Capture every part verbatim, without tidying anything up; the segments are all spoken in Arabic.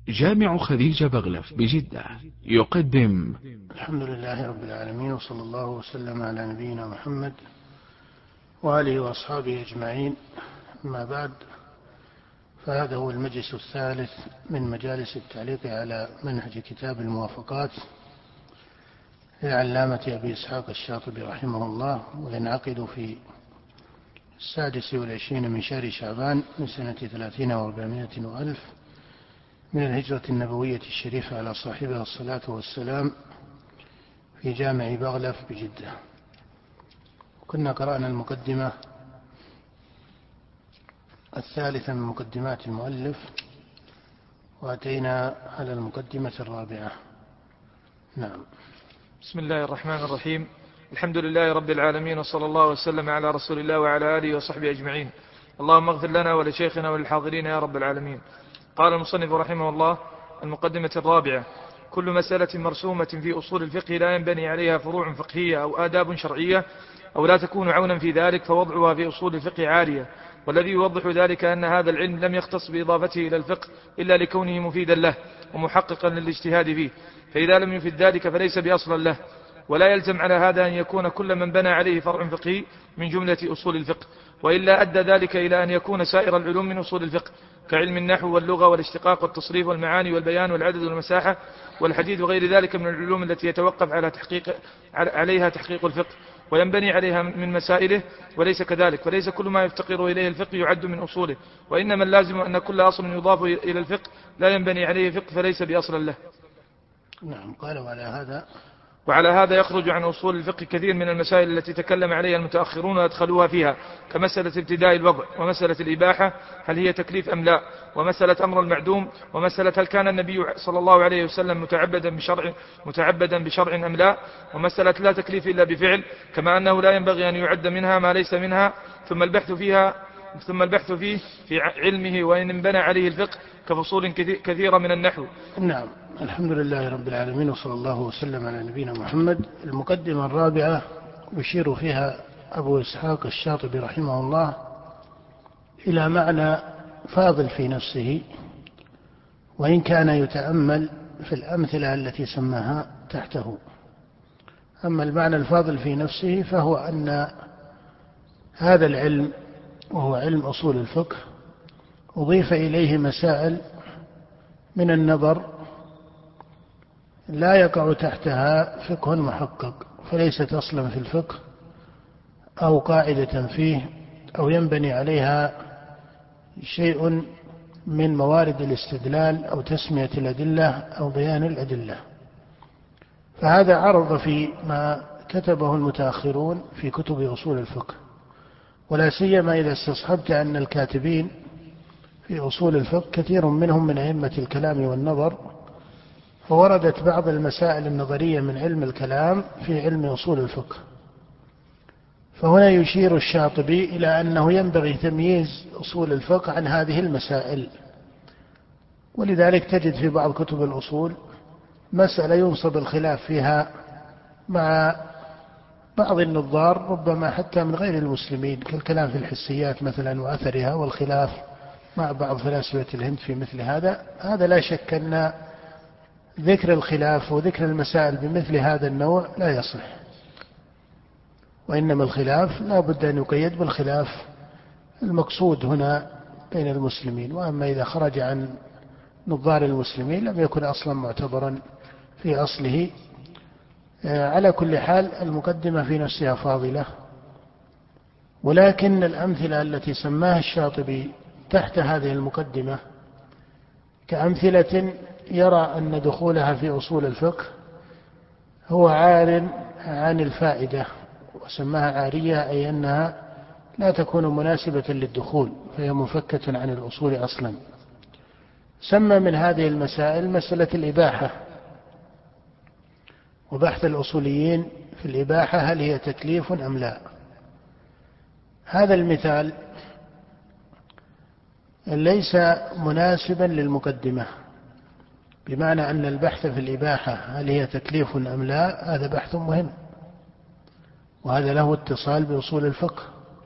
جامع خديجة بغلف بجدة يقدم. الحمد لله رب العالمين، وصلى الله وسلم على نبينا محمد وآله وأصحابه أجمعين. أما بعد، فهذا هو المجلس الثالث من مجالس التعليق على منهج كتاب الموافقات للعلامة أبي إسحاق الشاطبي رحمه الله، وينعقد في السادس والعشرين من شهر شعبان من سنة ثلاثين وأربعمائة وألف من الهجرة النبوية الشريفة على صاحبها الصلاة والسلام في جامع بغلف بجدة. كنا قرأنا المقدمة الثالثة من مقدمات المؤلف، وأتينا على المقدمة الرابعة. نعم. بسم الله الرحمن الرحيم. الحمد لله رب العالمين، وصلى الله وسلم على رسول الله وعلى آله وصحبه أجمعين. اللهم اغفر لنا ولشيخنا وللحاضرين يا رب العالمين. قال المصنف رحمه الله: المقدمة الرابعة: كل مسألة مرسومة في أصول الفقه لا ينبني عليها فروع فقهية أو آداب شرعية أو لا تكون عونا في ذلك فوضعها في أصول الفقه عارية. والذي يوضح ذلك أن هذا العلم لم يختص بإضافته إلى الفقه إلا لكونه مفيدا له ومحققا للاجتهاد فيه، فإذا لم يفد ذلك فليس بأصلا له. ولا يلزم على هذا أن يكون كل من بنى عليه فرع فقهي من جملة أصول الفقه، وإلا أدى ذلك إلى أن يكون سائر العلوم من أصول الفقه كعلم النحو واللغة والاشتقاق والتصريف والمعاني والبيان والعدد والمساحة والحديث وغير ذلك من العلوم التي يتوقف على تحقيق عليها تحقيق الفقه وينبني عليها من مسائله، وليس كذلك. وليس كل ما يفتقر إليه الفقه يعد من أصوله، وإنما اللازم أن كل أصل يضاف إلى الفقه لا ينبني عليه فقه فليس بأصل له. نعم. قال: وعلى هذا وعلى هذا يخرج عن أصول الفقه كثير من المسائل التي تكلم عليها المتأخرون وأدخلوها فيها، كمسألة ابتداء الوضع، ومسألة الإباحة هل هي تكليف أم لا، ومسألة أمر المعدوم، ومسألة هل كان النبي صلى الله عليه وسلم متعبدا بشرع متعبدا بشرع أم لا، ومسألة لا تكليف إلا بفعل، كما أنه لا ينبغي أن يعد منها ما ليس منها، ثم البحث فيها ثم البحث فيه في علمه وإن انبنى عليه الفقه كفصول كثيرة من النحو. نعم. الحمد لله رب العالمين، وصلى الله وسلم على نبينا محمد. المقدمة الرابعة يشير فيها أبو إسحاق الشاطبي رحمه الله إلى معنى فاضل في نفسه، وإن كان يتأمل في الأمثلة التي سماها تحته. أما المعنى الفاضل في نفسه فهو أن هذا العلم، وهو علم أصول الفقه، أضيف إليه مسائل من النظر لا يقع تحتها فقه محقق، فليست أصلا في الفقه أو قاعدة فيه أو ينبني عليها شيء من موارد الاستدلال أو تسمية الأدلة أو بيان الأدلة. فهذا عرض في ما كتبه المتأخرون في كتب أصول الفقه، ولا سيما إذا استصحبت أن الكاتبين في أصول الفقه كثير منهم من أئمة الكلام والنظر، فوردت بعض المسائل النظرية من علم الكلام في علم أصول الفقه. فهنا يشير الشاطبي إلى أنه ينبغي تمييز أصول الفقه عن هذه المسائل، ولذلك تجد في بعض كتب الأصول مسألة ينصب الخلاف فيها مع بعض النظار ربما حتى من غير المسلمين، كالكلام في الحسيات مثلا وأثرها، والخلاف مع بعض فلاسفة الهند في مثل هذا. هذا لا شك أن ذكر الخلاف وذكر المسائل بمثل هذا النوع لا يصح، وإنما الخلاف لا بد أن يقيد بالخلاف المقصود هنا بين المسلمين، وأما إذا خرج عن نظار المسلمين لم يكن أصلا معتبرا في أصله. على كل حال المقدمة في نفسها فاضلة، ولكن الأمثلة التي سماها الشاطبي تحت هذه المقدمة كأمثلة يرى أن دخولها في أصول الفقه هو عار عن الفائدة، وسماها عارية، أي أنها لا تكون مناسبة للدخول، فهي منفكة عن الأصول أصلا. سمى من هذه المسائل مسألة الإباحة، وبحث الأصوليين في الإباحة هل هي تكليف أم لا. هذا المثال ليس مناسبا للمقدمة، بمعنى أن البحث في الإباحة هل هي تكليف أم لا هذا بحث مهم، وهذا له اتصال بأصول الفقه،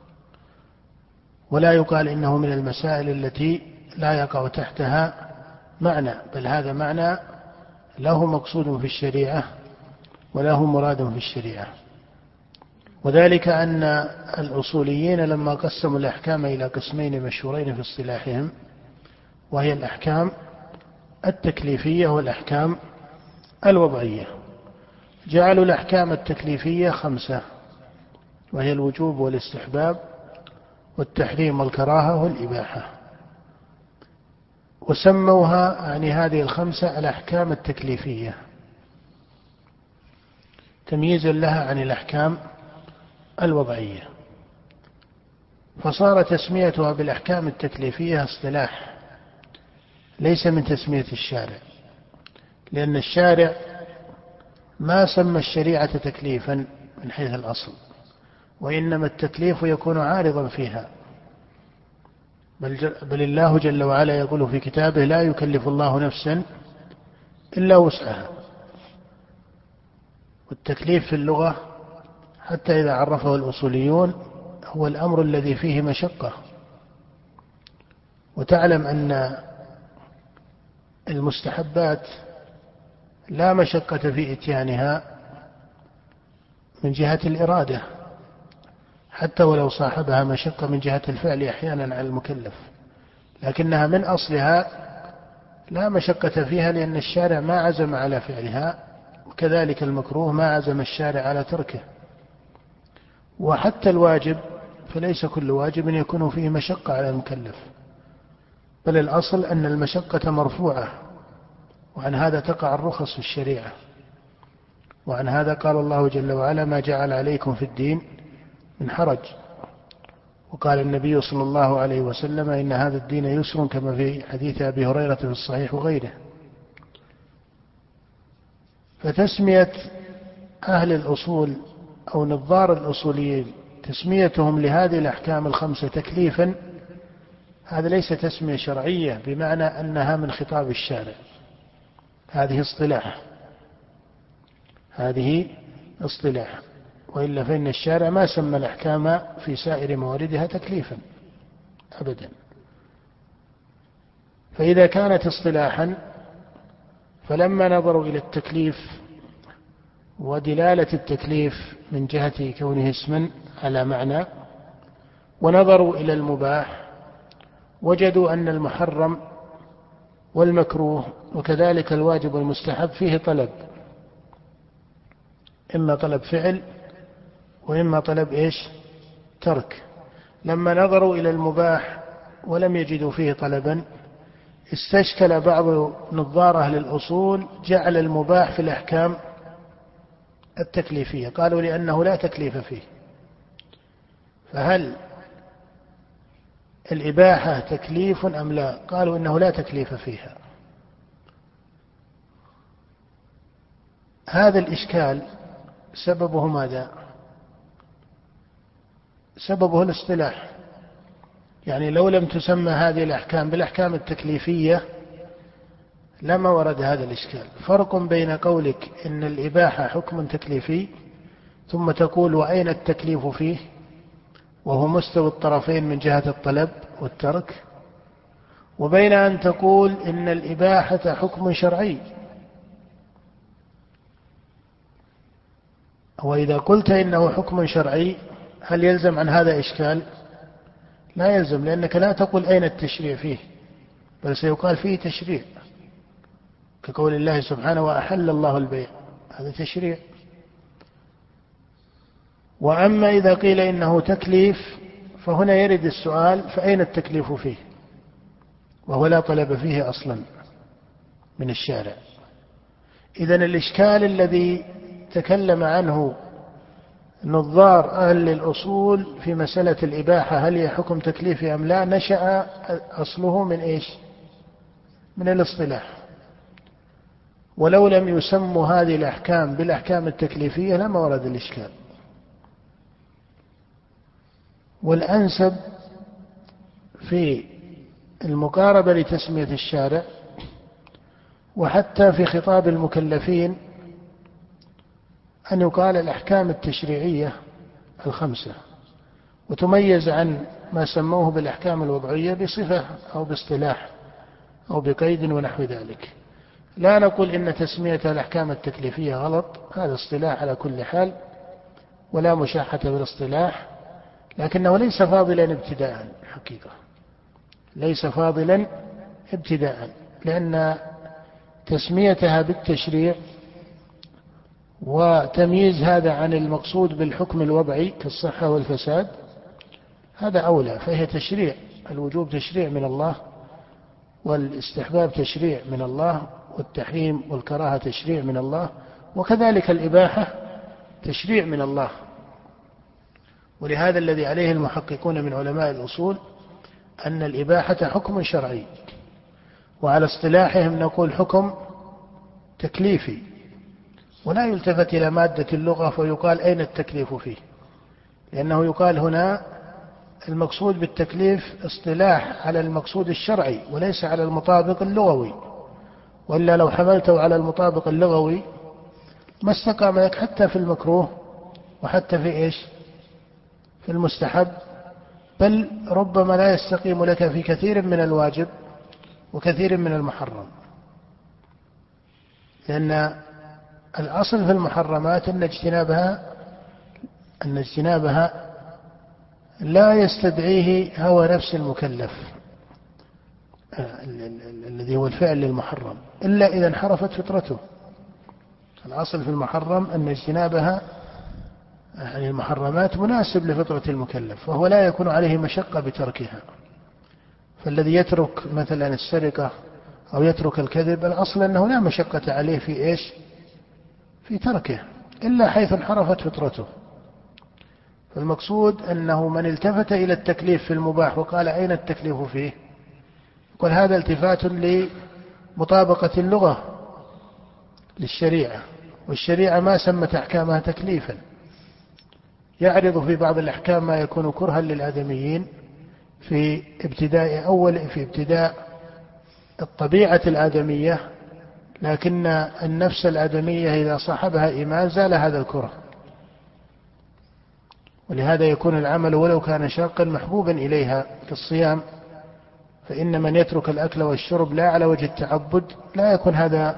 ولا يقال إنه من المسائل التي لا يقع تحتها معنى، بل هذا معنى له مقصود في الشريعة وله مراد في الشريعة. وذلك أن الأصوليين لما قسموا الأحكام إلى قسمين مشهورين في اصطلاحهم، وهي الأحكام التكليفية والأحكام الوضعية، جعلوا الأحكام التكليفية خمسة، وهي الوجوب والاستحباب والتحريم والكراهة والإباحة، وسموها يعني هذه الخمسة الأحكام التكليفية تمييزا لها عن الأحكام الوضعية. فصار تسميتها بالأحكام التكليفية اصطلاح ليس من تسمية الشارع، لأن الشارع ما سمى الشريعة تكليفا من حيث الأصل، وإنما التكليف يكون عارضا فيها. بل, بل الله جل وعلا يقول في كتابه: لا يكلف الله نفسا إلا وسعها. والتكليف في اللغة حتى إذا عرفه الأصوليون هو الأمر الذي فيه مشقة. وتعلم أن المستحبات لا مشقة في إتيانها من جهة الإرادة، حتى ولو صاحبها مشقة من جهة الفعل أحيانا على المكلف، لكنها من أصلها لا مشقة فيها، لأن الشارع ما عزم على فعلها، وكذلك المكروه ما عزم الشارع على تركه. وحتى الواجب فليس كل واجب يكون فيه مشقة على المكلف، بل الأصل أن المشقة مرفوعة، وعن هذا تقع الرخص في الشريعة. وعن هذا قال الله جل وعلا: ما جعل عليكم في الدين من حرج. وقال النبي صلى الله عليه وسلم: إن هذا الدين يسر، كما في حديث أبي هريرة في الصحيح وغيره. فتسمية أهل الأصول أو نظار الأصوليين تسميتهم لهذه الأحكام الخمسة تكليفا، هذا ليس تسمية شرعية بمعنى أنها من خطاب الشارع، هذه اصطلاح هذه اصطلاح وإلا فإن الشارع ما سمى الأحكام في سائر مواردها تكليفا أبدا. فإذا كانت اصطلاحا، فلما نظروا إلى التكليف ودلالة التكليف من جهة كونه اسما على معنى، ونظروا إلى المباح، وجدوا أن المحرم والمكروه وكذلك الواجب والمستحب فيه طلب، إما طلب فعل وإما طلب إيش؟ ترك. لما نظروا إلى المباح ولم يجدوا فيه طلبا، استشكل بعض نظار أهل الأصول جعل المباح في الأحكام التكليفية، قالوا لأنه لا تكليف فيه. فهل الإباحة تكليف أم لا؟ قالوا إنه لا تكليف فيها. هذا الإشكال سببه ماذا؟ سببه الاصطلاح. يعني لو لم تسمى هذه الأحكام بالأحكام التكليفية لما ورد هذا الإشكال. فرق بين قولك إن الإباحة حكم تكليفي ثم تقول وأين التكليف فيه، وهو مستوى الطرفين من جهة الطلب والترك، وبين أن تقول إن الإباحة حكم شرعي. وإذا قلت إنه حكم شرعي هل يلزم عن هذا إشكال؟ لا يلزم، لأنك لا تقول أين التشريع فيه، بل سيقال فيه تشريع، كقول الله سبحانه: وأحل الله البيع، هذا تشريع. وأما إذا قيل إنه تكليف فهنا يرد السؤال: فأين التكليف فيه؟ وهو لا طلب فيه أصلا من الشارع. إذن الإشكال الذي تكلم عنه نظار أهل الأصول في مسألة الإباحة هل هي حكم تكليفي أم لا، نشأ أصله من إيش؟ من الاصطلاح. ولو لم يسموا هذه الأحكام بالأحكام التكليفية لما ورد الإشكال. والأنسب في المقاربة لتسمية الشارع وحتى في خطاب المكلفين أن يقال الأحكام التشريعية الخمسة، وتميز عن ما سموه بالأحكام الوضعية بصفة أو باصطلاح أو بقيد ونحو ذلك. لا نقول إن تسمية الأحكام التكليفية غلط، هذا اصطلاح على كل حال ولا مشاحة بالاصطلاح، لكنه ليس فاضلا ابتداء حقيقة، ليس فاضلا ابتداء، لأن تسميتها بالتشريع وتمييز هذا عن المقصود بالحكم الوضعي كالصحة والفساد هذا أولى، فهي تشريع، الوجوب تشريع من الله، والاستحباب تشريع من الله، والتحريم والكراهة تشريع من الله، وكذلك الإباحة تشريع من الله. ولهذا الذي عليه المحققون من علماء الأصول أن الإباحة حكم شرعي، وعلى اصطلاحهم نقول حكم تكليفي، ولا يلتفت إلى مادة اللغة فيقال أين التكليف فيه، لأنه يقال هنا المقصود بالتكليف اصطلاح على المقصود الشرعي وليس على المطابق اللغوي، وإلا لو حملته على المطابق اللغوي ما استقام لك حتى في المكروه وحتى في إيش في المستحب، بل ربما لا يستقيم لك في كثير من الواجب وكثير من المحرم، لأن الأصل في المحرمات أن اجتنابها أن اجتنابها لا يستدعيه هوى نفس المكلف الذي هو الفعل للمحرم إلا إذا انحرفت فطرته. الأصل في المحرم أن اجتنابها يعني المحرمات مناسب لفطرة المكلف، وهو لا يكون عليه مشقة بتركها. فالذي يترك مثلا السرقة أو يترك الكذب الأصل أنه لا مشقة عليه في إيش في تركه إلا حيث انحرفت فطرته. فالمقصود أنه من التفت إلى التكليف في المباح وقال أين التكليف فيه، يقول هذا التفات لمطابقة اللغة للشريعة، والشريعة ما سمت أحكامها تكليفا، يعرض في بعض الأحكام ما يكون كرها للآدميين في ابتداء أول في ابتداء الطبيعة الآدمية، لكن النفس الآدمية إذا صاحبها إيمان زال هذا الكره، ولهذا يكون العمل ولو كان شاقا محبوبا إليها كالصيام، فإن من يترك الأكل والشرب لا على وجه التعبد لا يكون هذا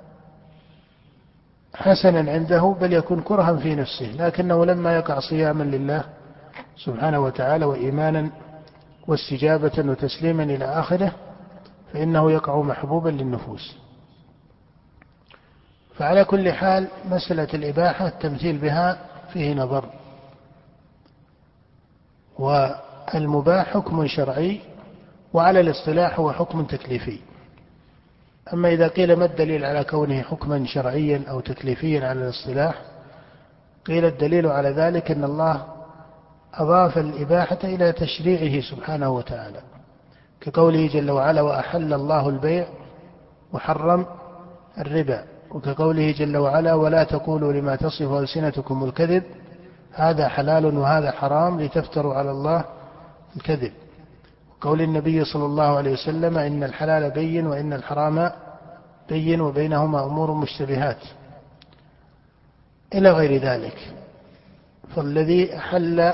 حسنا عنده بل يكون كرها في نفسه، لكنه لما يقع صياما لله سبحانه وتعالى وإيمانا واستجابة وتسليما إلى آخره فإنه يقع محبوبا للنفوس. فعلى كل حال مسألة الإباحة التمثيل بها فيه نظر، والمباح حكم شرعي وعلى الاصطلاح هو حكم تكليفي. أما إذا قيل ما الدليل على كونه حكما شرعيا أو تكليفيا على الاصطلاح، قيل الدليل على ذلك أن الله أضاف الإباحة إلى تشريعه سبحانه وتعالى، كقوله جل وعلا وأحل الله البيع وحرم الربا، وكقوله جل وعلا ولا تقولوا لما تصف ألسنتكم الكذب هذا حلال وهذا حرام لتفتروا على الله الكذب، وقول النبي صلى الله عليه وسلم إن الحلال بين وإن الحرام بين وبينهما أمور مشتبهات إلى غير ذلك. فالذي أحل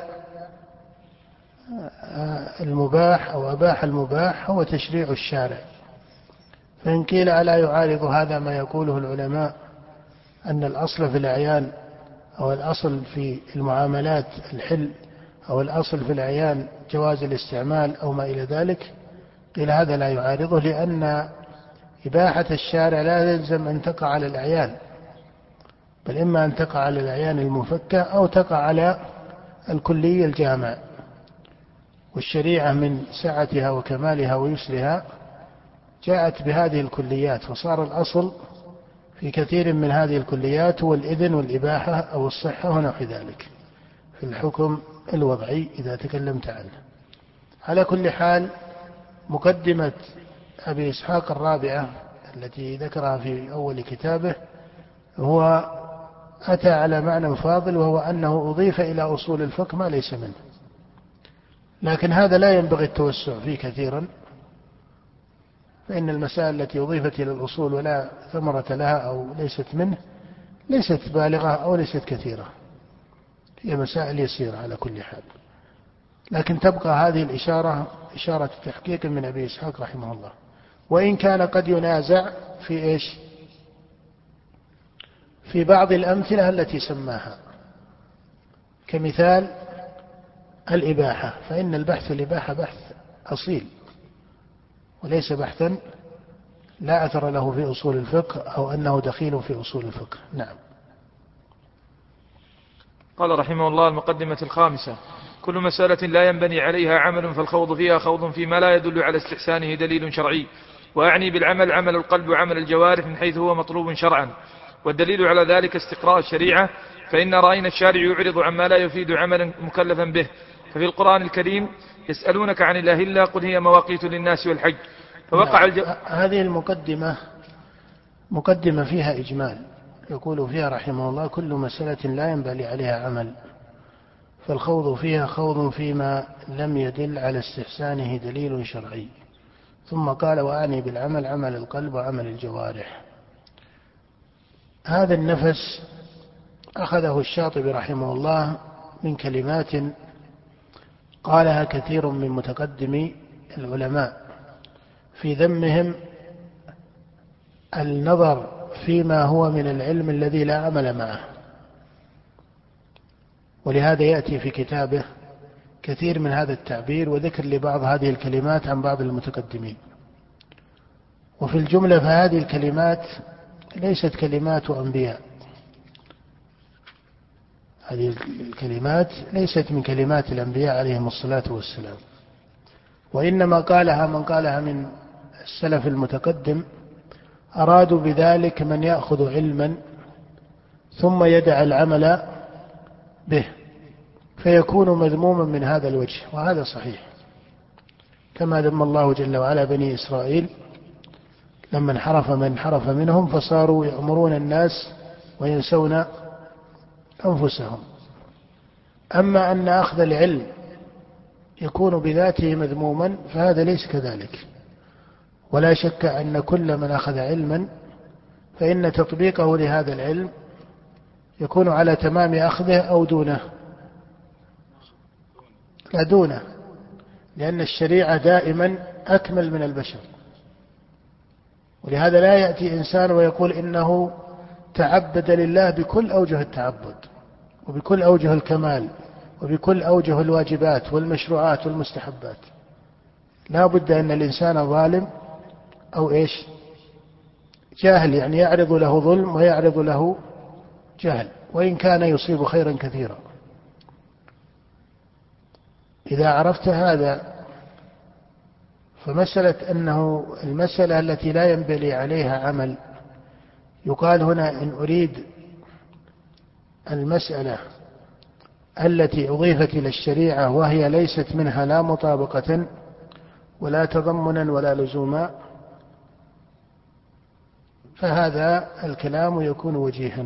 المباح أو أباح المباح هو تشريع الشارع. فإن قيل ألا يعارض هذا ما يقوله العلماء أن الأصل في الأعيان أو الأصل في المعاملات الحل أو الأصل في الأعيان جواز الاستعمال أو ما إلى ذلك، قيل هذا لا يعارضه، لأن إباحة الشارع لا يلزم أن تقع على الأعيان، بل إما أن تقع على الأعيان المفكة أو تقع على الكلي الجامع، والشريعة من سعتها وكمالها ويسرها جاءت بهذه الكليات، فصار الأصل في كثير من هذه الكليات هو الإذن والإباحة أو الصحة ونحو ذلك في الحكم الوضعي إذا تكلمت عنه. على كل حال مقدمة أبي إسحاق الرابعة التي ذكرها في أول كتابه هو أتى على معنى فاضل، وهو أنه أضيف إلى أصول الفقه ما ليس منه، لكن هذا لا ينبغي التوسع فيه كثيرا، فإن المسائل التي أضيفت إلى الأصول ولا ثمرة لها أو ليست منه ليست بالغة أو ليست كثيرة، هي مسائل يسيرة على كل حال، لكن تبقى هذه الإشارة إشارة تحقيق من أبي إسحاق رحمه الله. وإن كان قد ينازع في إيش؟ في بعض الأمثلة التي سماها، كمثال الإباحة، فإن البحث الإباحة بحث أصيل وليس بحثا لا أثر له في أصول الفقه أو أنه دخيل في أصول الفقه. نعم. قال رحمه الله المقدمة الخامسة: كل مسألة لا ينبني عليها عمل فالخوض فيها خوض فيما لا يدل على استحسانه دليل شرعي، وأعني بالعمل عمل القلب وعمل الجوارح من حيث هو مطلوب شرعا، والدليل على ذلك استقراء الشريعة، فإن رأينا الشارع يعرض عما لا يفيد عملا مكلفا به. ففي القرآن الكريم: يسألونك عن الأهلة قل هي مواقيت للناس والحج، فوقع الج... هذه المقدمة مقدمة فيها إجمال، يقول فيها رحمه الله: كل مسألة لا ينبغي عليها عمل فالخوض فيها خوض فيما لم يدل على استحسانه دليل شرعي. ثم قال: وأعني بالعمل عمل القلب وعمل الجوارح. هذا النفس أخذه الشاطبي رحمه الله من كلمات قالها كثير من متقدمي العلماء في ذمهم النظر فيما هو من العلم الذي لا عمل معه، ولهذا يأتي في كتابه كثير من هذا التعبير وذكر لبعض هذه الكلمات عن بعض المتقدمين. وفي الجملة فهذه الكلمات ليست كلمات أنبياء، هذه الكلمات ليست من كلمات الأنبياء عليهم الصلاة والسلام، وإنما قالها من قالها من السلف المتقدم أرادوا بذلك من يأخذ علما ثم يدع العمل به فيكون مذموما من هذا الوجه، وهذا صحيح، كما ذم الله جل وعلا بني إسرائيل لما انحرف من انحرف منهم فصاروا يأمرون الناس وينسون أنفسهم. أما أن أخذ العلم يكون بذاته مذموما فهذا ليس كذلك، ولا شك أن كل من أخذ علما فإن تطبيقه لهذا العلم يكون على تمام أخذه أو دونه، لا دونه، لأن الشريعة دائما أكمل من البشر، ولهذا لا يأتي إنسان ويقول إنه تعبد لله بكل أوجه التعبد وبكل أوجه الكمال وبكل أوجه الواجبات والمشروعات والمستحبات. لا بد أن الإنسان ظالم أو إيش جاهل، يعني يعرض له ظلم ويعرض له جهل، وإن كان يصيب خيرا كثيرا. إذا عرفت هذا فمسألة أنه المسألة التي لا ينبغي عليها عمل، يقال هنا إن أريد المسألة التي أضيفت إلى الشريعة وهي ليست منها لا مطابقة ولا تضمنا ولا لزوما، فهذا الكلام يكون وجيها.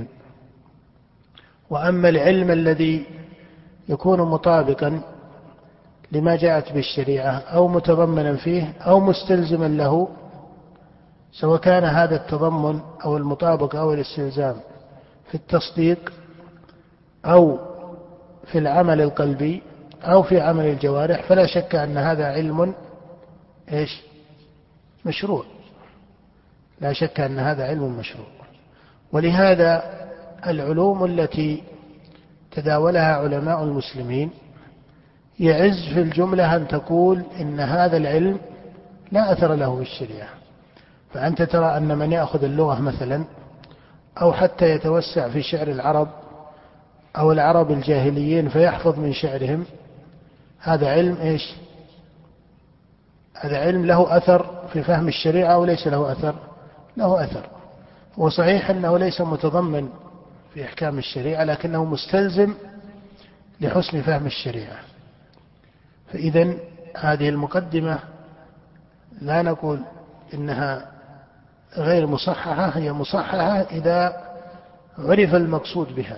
وأما العلم الذي يكون مطابقا لما جاءت بالشريعة أو متضمنا فيه أو مستلزما له، سواء كان هذا التضمن أو المطابقة أو الاستلزام في التصديق أو في العمل القلبي أو في عمل الجوارح، فلا شك أن هذا علم إيش مشروع، لا شك أن هذا علم مشروع. ولهذا العلوم التي تداولها علماء المسلمين يعز في الجملة أن تقول إن هذا العلم لا أثر له في الشريعة. فأنت ترى أن من يأخذ اللغة مثلا أو حتى يتوسع في شعر العرب أو العرب الجاهليين فيحفظ من شعرهم، هذا علم إيش؟ هذا علم له أثر في فهم الشريعة أو ليس له أثر؟ له أثر. وصحيح أنه ليس متضمن في أحكام الشريعة لكنه مستلزم لحسن فهم الشريعة. فإذن هذه المقدمة لا نقول إنها غير مصححة، هي مصححة إذا عرف المقصود بها،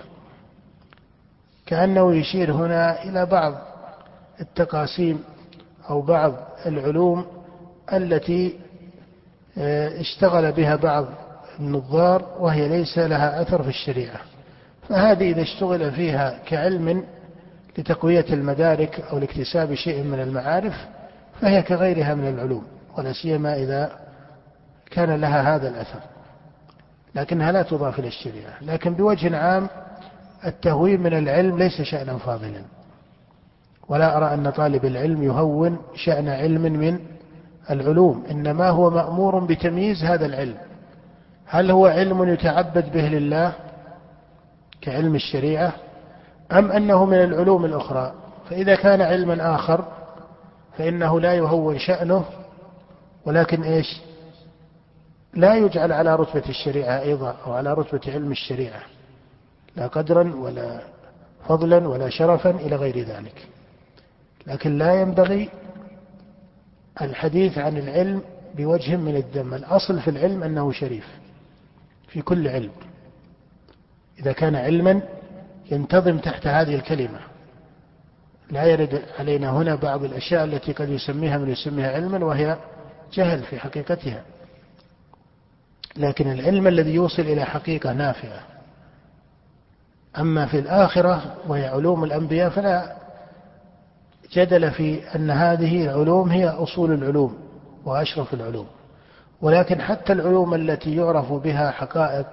كأنه يشير هنا إلى بعض التقاسيم أو بعض العلوم التي اشتغل بها بعض النظار وهي ليس لها أثر في الشريعة، فهذه إذا اشتغل فيها كعلم لتقوية المدارك أو لاكتساب شيء من المعارف فهي كغيرها من العلوم، ولا سيما إذا كان لها هذا الأثر، لكنها لا تضاف إلى الشريعة. لكن بوجه عام التهوين من العلم ليس شأنا فاضلا، ولا أرى أن طالب العلم يهون شأن علم من العلوم، إنما هو مأمور بتمييز هذا العلم، هل هو علم يتعبد به لله كعلم الشريعة أم أنه من العلوم الأخرى. فإذا كان علما آخر فإنه لا يهون شأنه، ولكن إيش لا يجعل على رتبة الشريعة أيضا أو على رتبة علم الشريعة، لا قدرا ولا فضلا ولا شرفا إلى غير ذلك. لكن لا ينبغي الحديث عن العلم بوجه من الذم. الأصل في العلم أنه شريف في كل علم، إذا كان علما ينتظم تحت هذه الكلمة. لا يرد علينا هنا بعض الأشياء التي قد يسميها من يسميها علما وهي جهل في حقيقتها، لكن العلم الذي يوصل إلى حقيقة نافعة. أما في الآخرة وهي علوم الأنبياء فلا جدل في أن هذه العلوم هي أصول العلوم وأشرف العلوم، ولكن حتى العلوم التي يعرف بها حقائق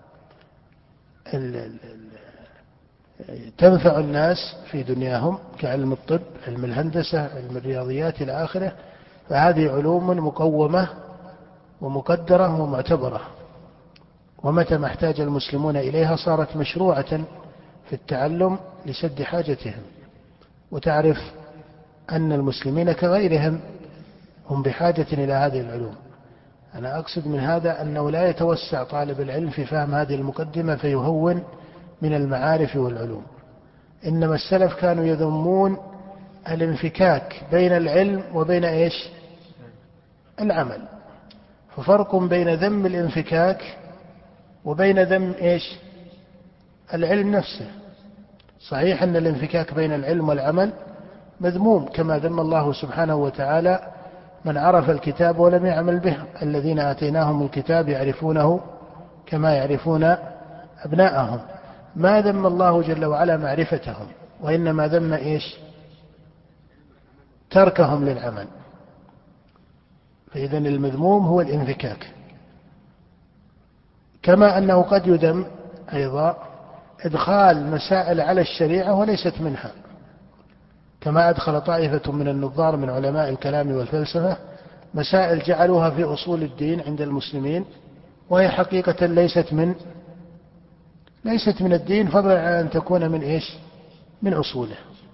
تنفع الناس في دنياهم كعلم الطب، علم الهندسة، علم الرياضيات إلى آخره، فهذه علوم مقومة ومقدرة ومعتبرة، ومتى ما احتاج المسلمون إليها صارت مشروعة في التعلم لسد حاجتهم. وتعرف أن المسلمين كغيرهم هم بحاجة إلى هذه العلوم. أنا أقصد من هذا أنه لا يتوسع طالب العلم في فهم هذه المقدمة فيهون من المعارف والعلوم، إنما السلف كانوا يذمون الانفكاك بين العلم وبين إيش العمل، ففرق بين ذم الانفكاك وبين ذم إيش العلم نفسه. صحيح أن الانفكاك بين العلم والعمل مذموم، كما ذم الله سبحانه وتعالى من عرف الكتاب ولم يعمل به، الذين آتيناهم الكتاب يعرفونه كما يعرفون أبناءهم. ما ذم الله جل وعلا معرفتهم، وإنما ذم إيش تركهم للعمل. فإذن المذموم هو الانفكاك، كما أنه قد يذم أيضا إدخال مسائل على الشريعة وليست منها، كما أدخل طائفة من النظار من علماء الكلام والفلسفة مسائل جعلوها في أصول الدين عند المسلمين وهي حقيقة ليست من ليست من الدين، فضلا عن أن تكون من إيش من أصوله،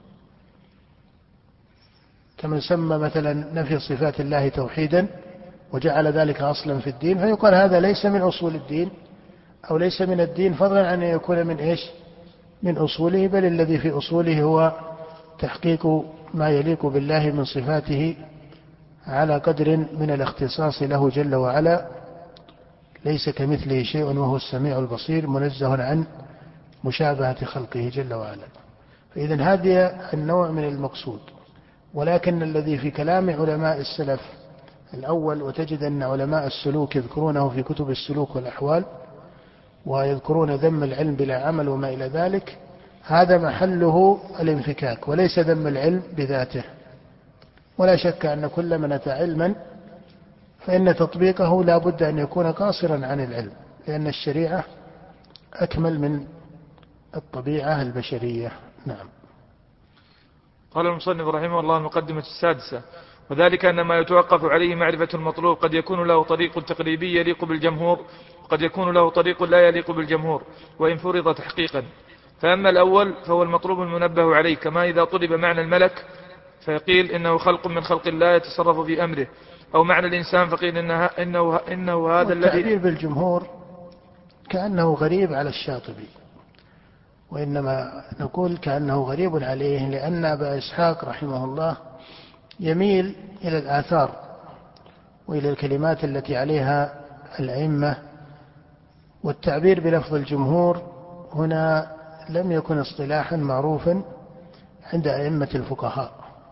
كمن سمى مثلا نفي صفات الله توحيدا وجعل ذلك أصلا في الدين، فيقال هذا ليس من أصول الدين أو ليس من الدين، فضلا عن أن يكون من إيش من أصوله، بل الذي في أصوله هو تحقيق ما يليق بالله من صفاته على قدر من الاختصاص له جل وعلا، ليس كمثله شيء وهو السميع البصير، منزه عن مشابهة خلقه جل وعلا. فإذن هذا النوع من المقصود. ولكن الذي في كلام علماء السلف الأول، وتجد أن علماء السلوك يذكرونه في كتب السلوك والأحوال، ويذكرون ذم العلم بلا عمل وما إلى ذلك، هذا محله الانفكاك وليس ذم العلم بذاته. ولا شك أن كل من أتى علما فإن تطبيقه لا بد أن يكون قاصرا عن العلم، لأن الشريعة أكمل من الطبيعة البشرية. نعم. قال المصنف رحمه الله المقدمة السادسة: وذلك أن ما يتوقف عليه معرفة المطلوب قد يكون له طريق تقريبي يليق بالجمهور، وقد يكون له طريق لا يليق بالجمهور وإن فرض تحقيقا. فأما الأول فهو المطلوب المنبه عليه، كما إذا طلب معنى الملك فيقيل إنه خلق من خلق الله يتصرف في أمره، أو معنى الإنسان فقيل إنه, إنه, إنه هذا الذي. التعبير بالجمهور كأنه غريب على الشاطبي، وإنما نقول كأنه غريب عليه، لأن أبا إسحاق رحمه الله يميل إلى الآثار وإلى الكلمات التي عليها الأئمة، والتعبير بلفظ الجمهور هنا لم يكن اصطلاحا معروفا عند أئمة الفقهاء،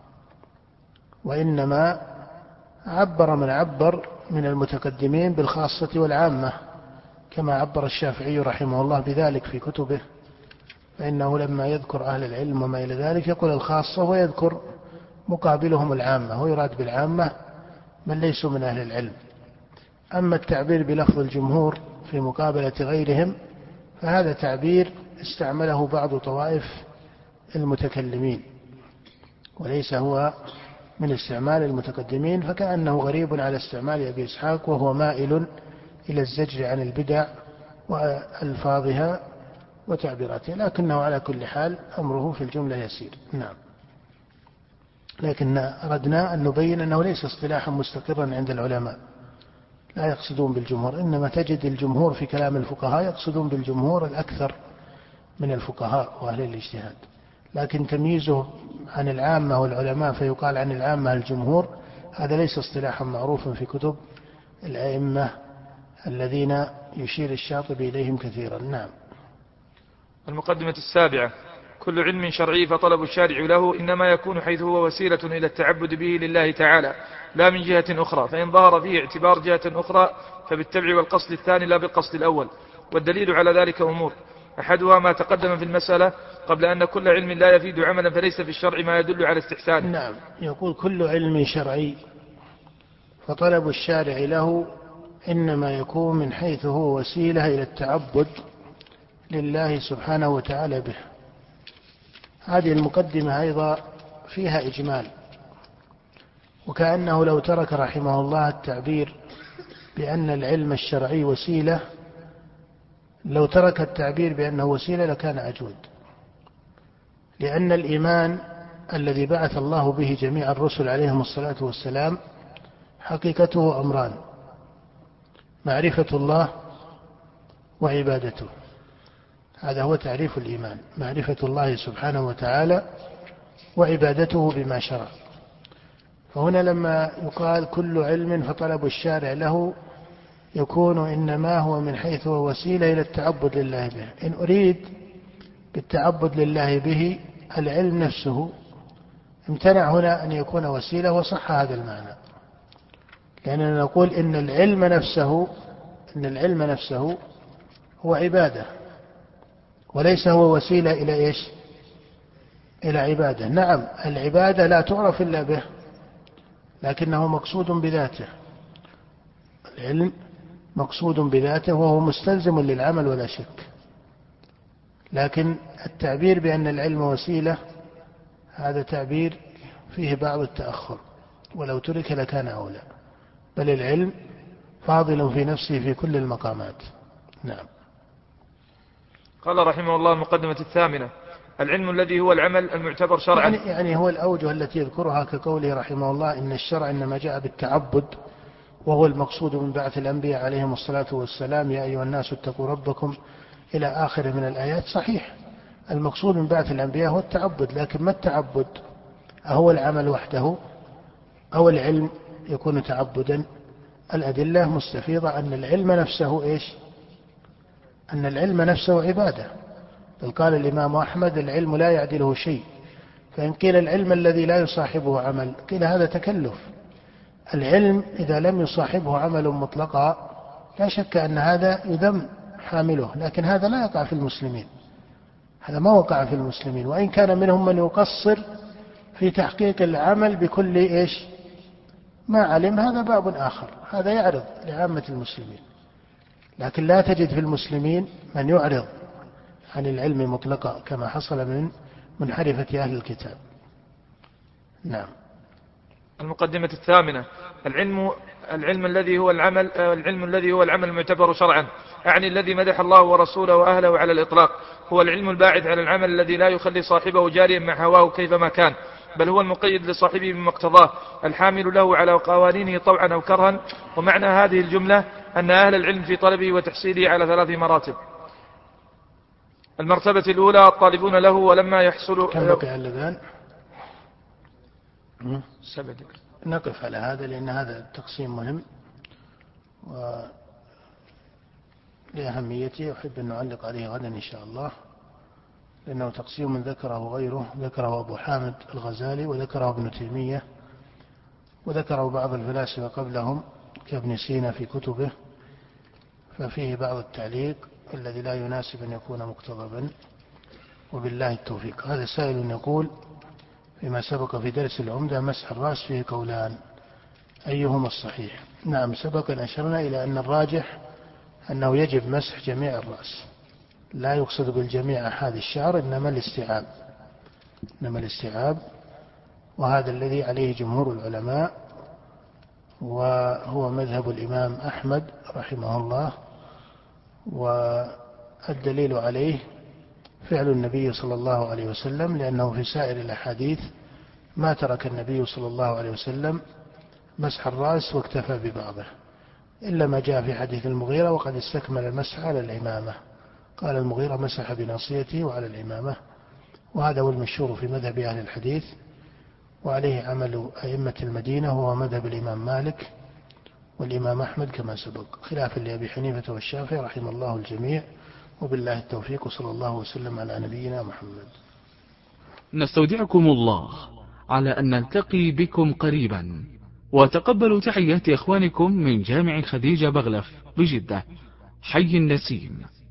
وإنما عبر من عبر من المتقدمين بالخاصة والعامة، كما عبر الشافعي رحمه الله بذلك في كتبه، فإنه لما يذكر أهل العلم وما إلى ذلك يقول الخاصة ويذكر مقابلهم العامة، ويراد بالعامة من ليسوا من أهل العلم. أما التعبير بلفظ الجمهور في مقابلة غيرهم فهذا تعبير استعمله بعض طوائف المتكلمين وليس هو من استعمال المتقدمين، فكأنه غريب على استعمال أبي إسحاق، وهو مائل إلى الزجر عن البدع وألفاظها وتعبيراتها، لكنه على كل حال أمره في الجملة يسير. نعم. لكن أردنا أن نبين أنه ليس اصطلاحا مستقرا عند العلماء، لا يقصدون بالجمهور، إنما تجد الجمهور في كلام الفقهاء يقصدون بالجمهور الأكثر من الفقهاء وأهل الاجتهاد، لكن تمييزه عن العامة والعلماء فيقال عن العامة الجمهور هذا ليس اصطلاحا معروفا في كتب الأئمة الذين يشير الشاطبي إليهم كثيرا. نعم. المقدمة السابعة: كل علم شرعي فطلب الشارع له إنما يكون حيث هو وسيلة إلى التعبد به لله تعالى لا من جهة أخرى، فإن ظهر فيه اعتبار جهة أخرى فبالتبع والقصد الثاني لا بالقصد الأول. والدليل على ذلك أمور: أحدها ما تقدم في المسألة قبل أن كل علم لا يفيد عملا فليس في الشرع ما يدل على استحسانه. نعم. يقول كل علم شرعي فطلب الشارع له إنما يكون من حيث هو وسيلة إلى التعبد لله سبحانه وتعالى به. هذه المقدمة أيضا فيها إجمال، وكأنه لو ترك رحمه الله التعبير بأن العلم الشرعي وسيلة، لو ترك التعبير بأنه وسيلة لكان أجود، لأن الإيمان الذي بعث الله به جميع الرسل عليهم الصلاة والسلام حقيقته أمران: معرفة الله وعبادته. هذا هو تعريف الإيمان: معرفة الله سبحانه وتعالى وعبادته بما شرع. فهنا لما يقال كل علم فطلب الشارع له يكون إنما هو من حيث هو وسيلة إلى التعبد لله به. إن أريد بالتعبد لله به العلم نفسه امتنع هنا أن يكون وسيلة، وصح هذا المعنى، لأننا نقول إن العلم نفسه إن العلم نفسه هو عبادة وليس هو وسيلة إلى إيش؟ إلى عبادة. نعم، العبادة لا تعرف إلا به، لكنه مقصود بذاته. العلم مقصود بذاته وهو مستلزم للعمل ولا شك، لكن التعبير بأن العلم وسيلة هذا تعبير فيه بعض التأخر، ولو ترك لكان أولى، بل العلم فاضل في نفسه في كل المقامات. نعم. قال رحمه الله المقدمة الثامنة: العلم الذي هو العمل المعتبر شرعا. يعني, يعني هو الأوجه التي يذكرها كقوله رحمه الله إن الشرع إنما جاء بالتعبد، وهو المقصود من بعث الأنبياء عليهم الصلاة والسلام: يا أيها الناس اتقوا ربكم إلى آخر من الآيات. صحيح، المقصود من بعث الأنبياء هو التعبد، لكن ما التعبد؟ أهو العمل وحده أو العلم يكون تعبدا؟ الأدلة مستفيضة أن العلم نفسه إيش؟ أن العلم نفسه عبادة. بل قال الإمام أحمد: العلم لا يعدله شيء. فإن قيل العلم الذي لا يصاحبه عمل قيل هذا تكلف. العلم إذا لم يصاحبه عمل مطلقا لا شك أن هذا يذم حامله، لكن هذا لا يقع في المسلمين، هذا ما وقع في المسلمين، وإن كان منهم من يقصر في تحقيق العمل بكل إيش ما علم، هذا باب آخر، هذا يعرض لعامة المسلمين، لكن لا تجد في المسلمين من يعرض عن العلم مطلقا كما حصل من منحرفة أهل الكتاب. نعم. المقدمة الثامنة: العلم العلم الذي هو العمل العلم الذي هو العمل المعتبر شرعا، أعني الذي مدح الله ورسوله وأهله على الإطلاق، هو العلم الباعث على العمل الذي لا يخلي صاحبه جاريا مع هواه كيفما كان، بل هو المقيد لصاحبه بما اقتضاه، الحامل له على قوانينه طوعا أو كرها. ومعنى هذه الجملة أن أهل العلم في طلبه وتحصيله على ثلاث مراتب: المرتبة الأولى الطالبون له ولما يحصل. كم بقي على الأذان؟ سبع دقائق. نقف على هذا لأن هذا التقسيم مهم ولأهميته، أحب أن نعلق عليه غدا إن شاء الله، لأنه تقسيم ذكره غيره، ذكره أبو حامد الغزالي وذكره ابن تيمية وذكره بعض الفلاسفة قبلهم كابن سينا في كتبه، ففيه بعض التعليق الذي لا يناسب أن يكون مقتضبا، وبالله التوفيق. هذا سائل يقول: فيما سبق في درس العمدة مسح الرأس فيه قولان، أيهما الصحيح. نعم، سبق أن أشرنا إلى أن الراجح أنه يجب مسح جميع الرأس، لا يقصد بالجميع أحاد الشعر، إنما الاستيعاب، إنما الاستيعاب، وهذا الذي عليه جمهور العلماء، وهو مذهب الإمام أحمد رحمه الله. والدليل عليه فعل النبي صلى الله عليه وسلم، لأنه في سائر الأحاديث ما ترك النبي صلى الله عليه وسلم مسح الرأس واكتفى ببعضه، إلا ما جاء في حديث المغيرة وقد استكمل المسح على العمامة، قال المغيرة مسح بناصيته وعلى العمامة، وهذا هو المشهور في مذهب أهل الحديث، وعليه عمل أئمة المدينة، وهو مذهب الإمام مالك والإمام أحمد كما سبق، خلافا لأبي حنيفة والشافعي رحم الله الجميع، وبالله التوفيق، وصلى الله وسلم على نبينا محمد. نستودعكم الله على أن نلتقي بكم قريبا، وتقبلوا تحيات إخوانكم من جامع خديجة بغلف بجدة، حي النسيم.